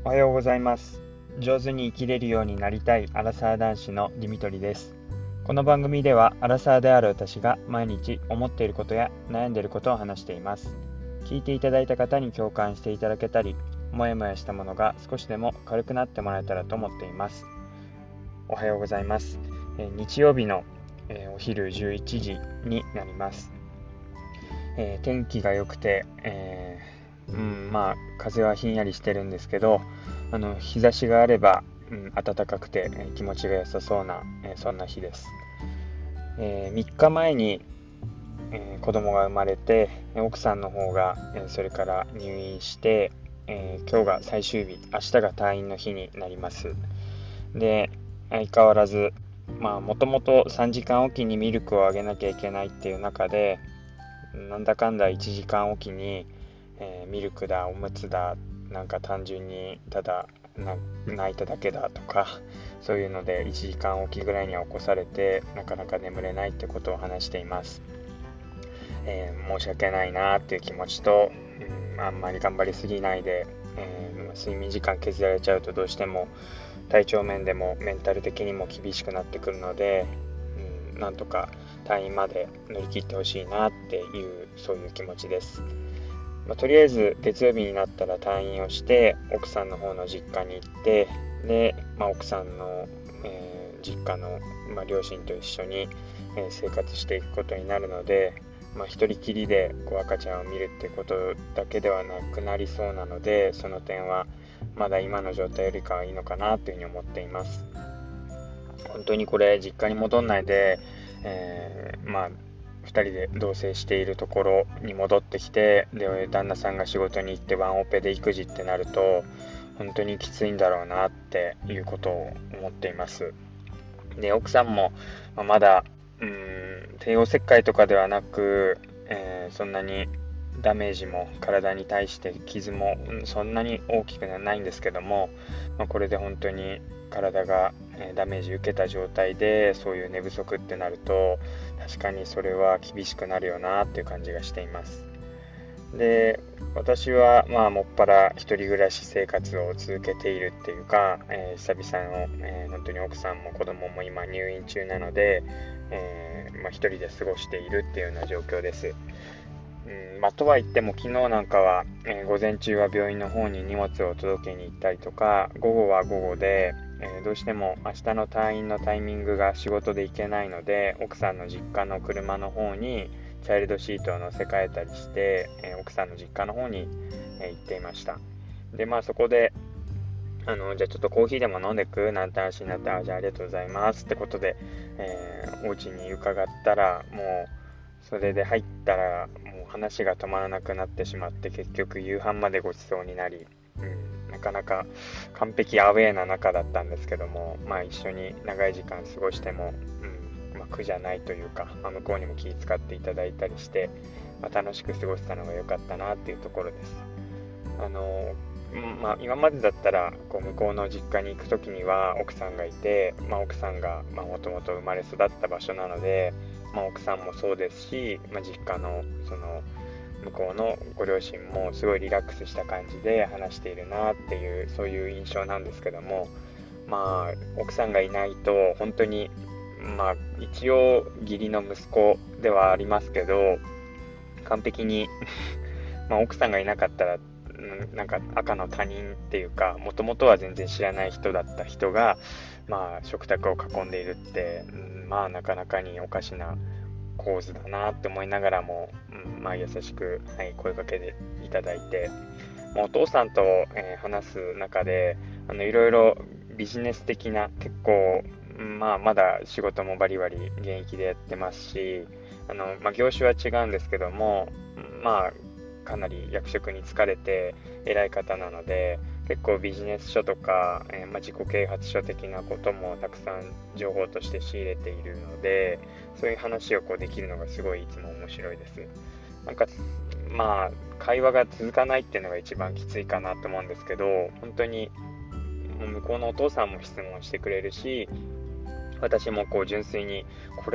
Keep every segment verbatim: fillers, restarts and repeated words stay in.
おはようございます。上手に生きれるようになりたいアラサー男子のディミトリです。この番組ではアラサーである私が毎日思っていることや悩んでいることを話しています。聞いていただいた方に共感していただけたり、もやもやしたものが少しでも軽くなってもらえたらと思っています。おはようございます。えー、日曜日の、えー、お昼じゅういちじになります。えー、天気が良くて、えーうん、まあ風はひんやりしてるんですけど、あの日差しがあれば、うん、暖かくて、えー、気持ちが良さそうな、えー、そんな日です。えー、みっかまえに、えー、子供が生まれて、奥さんの方が、えー、それから入院して、えー、今日が最終日、明日が退院の日になります。で、相変わらずまあもともとさんじかんおきにミルクをあげなきゃいけないっていう中で、なんだかんだいちじかんおきに、えー、ミルクだおむつだなんか単純にただ泣いただけだとか、そういうのでいちじかんおきぐらいには起こされて、なかなか眠れないってことを話しています。えー、申し訳ないなっていう気持ちと、うん、あんまり頑張りすぎないで、えー、睡眠時間削られちゃうとどうしても体調面でもメンタル的にも厳しくなってくるので、うん、なんとか退院まで乗り切ってほしいなっていう、そういう気持ちです。まあ、とりあえず月曜日になったら退院をして奥さんの方の実家に行って、で、まあ、奥さんの、えー、実家の、まあ、両親と一緒に、えー、生活していくことになるので、まあ、一人きりでこう赤ちゃんを見るってことだけではなくなりそうなので、その点はまだ今の状態よりかはいいのかなというふうに思っています。本当にこれ実家に戻んないで、えー、まあふたりで同棲しているところに戻ってきて、で旦那さんが仕事に行ってワンオペで育児ってなると本当にきついんだろうなっていうことを思っています。で奥さんも、まあ、まだうーん帝王切開とかではなく、えー、そんなにダメージも体に対して傷もそんなに大きくないんですけども、まあ、これで本当に体がダメージ受けた状態でそういう寝不足ってなると、確かにそれは厳しくなるよなっていう感じがしています。で私はまあもっぱら一人暮らし生活を続けているっていうか、えー、久々の、えー、本当に奥さんも子供も今入院中なので、えーまあ、一人で過ごしているっていうような状況です。うんまあ、とは言っても昨日なんかは、えー、午前中は病院の方に荷物を届けに行ったりとか、午後は午後で、えー、どうしても明日の退院のタイミングが仕事で行けないので、奥さんの実家の車の方にチャイルドシートを乗せ替えたりして、えー、奥さんの実家の方に、えー、行っていました。でまあそこであのじゃあちょっとコーヒーでも飲んでくなんて話になって、あじゃあありがとうございますってことで、えー、お家に伺ったら、もうそれで入ったらもう話が止まらなくなってしまって、結局夕飯までごちそうになり、うん、なかなか完璧アウェーな中だったんですけども、まあ一緒に長い時間過ごしても、うんまあ、苦じゃないというか、まあ、向こうにも気遣っていただいたりして、まあ、楽しく過ごせたのが良かったなっていうところです。あのまあ、今までだったらこう向こうの実家に行く時には奥さんがいて、まあ、奥さんがもともと生まれ育った場所なので、まあ、奥さんもそうですし、まあ、実家のその向こうのご両親もすごいリラックスした感じで話しているなっていう、そういう印象なんですけども、まあ奥さんがいないと本当に、まあ一応義理の息子ではありますけど、完璧にまあ奥さんがいなかったらなんか赤の他人っていうか、もともとは全然知らない人だった人が、まあ、食卓を囲んでいるって、うん、まあなかなかにおかしな構図だなって思いながらも、うん、まあ優しく、はい、声かけていただいて、まあ、お父さんと、えー話す中であのいろいろビジネス的な、結構、まあ、まだ仕事もバリバリ現役でやってますし、あの、まあ、業種は違うんですけども、まあかなり役職に疲れて偉い方なので、結構ビジネス書とか、えーまあ、自己啓発書的なこともたくさん情報として仕入れているので、そういう話をこうできるのがすごいいつも面白いです。なんかまあ会話が続かないっていうのが一番きついかなと思うんですけど、本当にもう向こうのお父さんも質問してくれるし、私もこう純粋にこれこ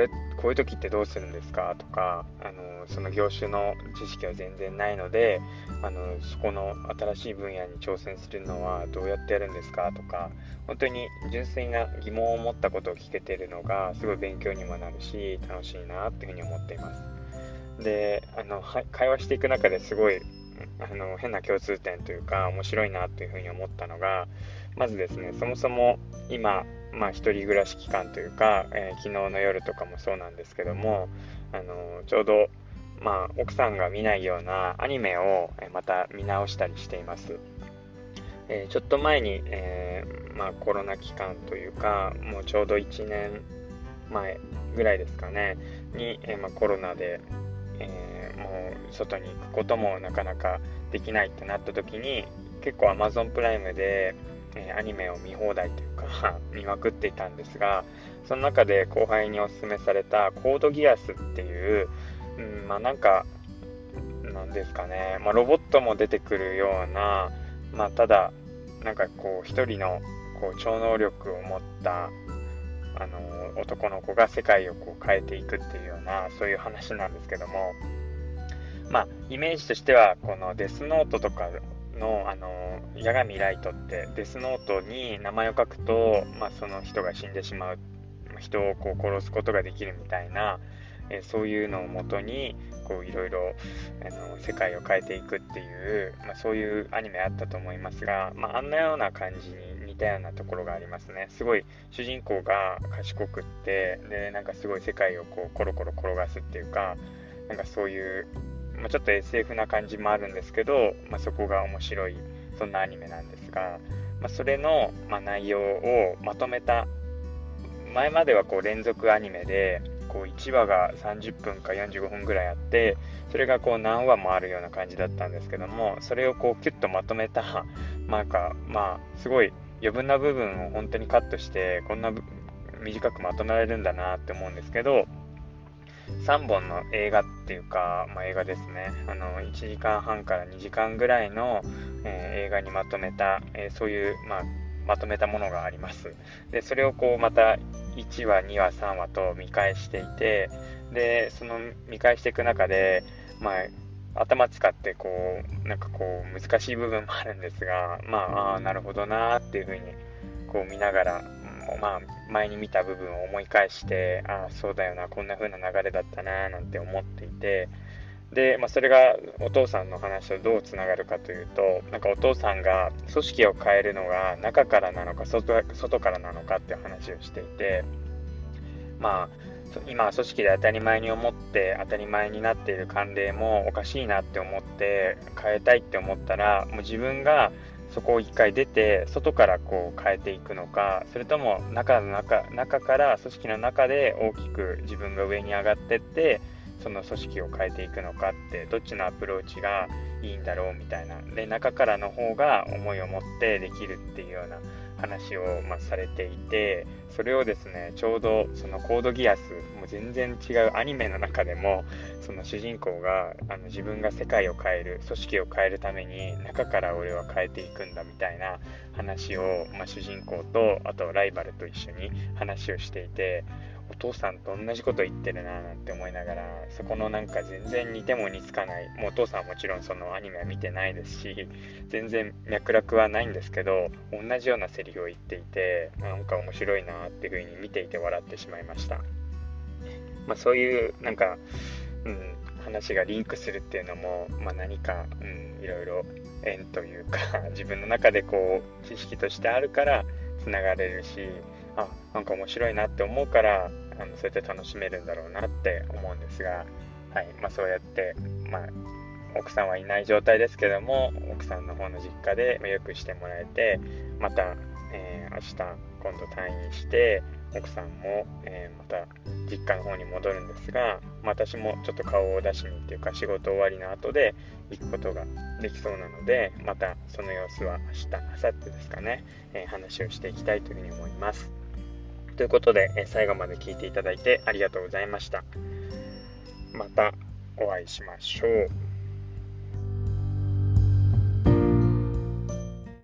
こういう時ってどうするんですかとか、あのその業種の知識は全然ないので、あのそこの新しい分野に挑戦するのはどうやってやるんですかとか、本当に純粋な疑問を持ったことを聞けているのがすごい勉強にもなるし楽しいなっていうふうに思っています。で、あの会話していく中ですごいあの変な共通点というか面白いなというふうに思ったのが、まずですね、そもそも今、まあ、一人暮らし期間というか、えー、昨日の夜とかもそうなんですけども、あのちょうど、まあ、奥さんが見ないようなアニメをまた見直したりしています。えー、ちょっと前に、えーまあ、コロナ期間というかもうちょうどいちねんまえぐらいですかねに、えーまあ、コロナで、えー、もう外に行くこともなかなかできないってなった時に結構 Amazon プライムで、えー、アニメを見放題というか見まくっていたんですが、その中で後輩におすすめされたコードギアスっていう、うん、まあなんかなんですかね、まあ、ロボットも出てくるような、まあ、ただなんかこう一人のこう超能力を持ったあの男の子が世界をこう変えていくっていうようなそういう話なんですけども、まあイメージとしてはこのデスノートとかのあの八神ライトってデスノートに名前を書くと、まあ、その人が死んでしまう、人をこう殺すことができるみたいな、えそういうのをもとにこういろいろあの世界を変えていくっていう、まあ、そういうアニメあったと思いますが、まあ、あんなような感じに似たようなところがありますね。すごい主人公が賢くってでなんかすごい世界をこうコロコロ転がすっていうか、なんかそういう、まあ、ちょっと エスエフ な感じもあるんですけど、まあ、そこが面白いそんなアニメなんですが、まあ、それの、まあ、内容をまとめた、前まではこう連続アニメでこういちわがさんじゅっぷんかよんじゅうごふんぐらいあって、それがこう何話もあるような感じだったんですけども、それをこうキュッとまとめた、なんかまあすごい余分な部分を本当にカットしてこんな短くまとめられるんだなって思うんですけど、さんぼんの映画っていうか、まあ、映画ですね、あのいちじかんはんからにじかんぐらいの、えー、映画にまとめた、えー、そういう、まあ、まとめたものがあります。でそれをこうまたいちわにわさんわと見返していて、でその見返していく中で、まあ、頭使ってこうなんかこう難しい部分もあるんですが、まああなるほどなっていうふうにこう見ながら、まあ、前に見た部分を思い返して、ああそうだよな、こんな風な流れだったななんて思っていて、で、まあ、それがお父さんの話とどうつながるかというと、なんかお父さんが組織を変えるのが中からなのか 外, 外からなのかっていう話をしていて、まあ今組織で当たり前に思って当たり前になっている慣例もおかしいなって思って変えたいって思ったら、もう自分がそこを一回出て外からこう変えていくのか、それとも中の中中から組織の中で大きく自分が上に上がってってその組織を変えていくのかって、どっちのアプローチがいいんだろうみたいな、で中からの方が思いを持ってできるっていうような話を、まあ、されていて、それをですねちょうどそのコードギアスもう全然違うアニメの中でも、その主人公があの自分が世界を変える組織を変えるために中から俺は変えていくんだみたいな話を、まあ、主人公とあとライバルと一緒に話をしていて、お父さんと同じこと言ってるななんて思いながら、そこのなんか全然似ても似つかない、もうお父さんはもちろんそのアニメは見てないですし全然脈絡はないんですけど、同じようなセリフを言っていて、なんか面白いなっていう風に見ていて笑ってしまいました。まあ、そういうなんか、うん、話がリンクするっていうのも、まあ、何か、うん、いろいろ縁というか自分の中でこう知識としてあるからつながれるし、あ、なんか面白いなって思うからあのそうやって楽しめるんだろうなって思うんですが、はい、まあ、そうやって、まあ、奥さんはいない状態ですけども、奥さんの方の実家でよくしてもらえて、また、えー、明日今度退院して奥さんも、えー、また実家の方に戻るんですが、まあ、私もちょっと顔を出しにっていうか仕事終わりの後で行くことができそうなので、またその様子は明日、明後日ですかね、えー、話をしていきたいというふうに思います。ということで、えー、最後まで聞いていただいてありがとうございました。またお会いしましょう。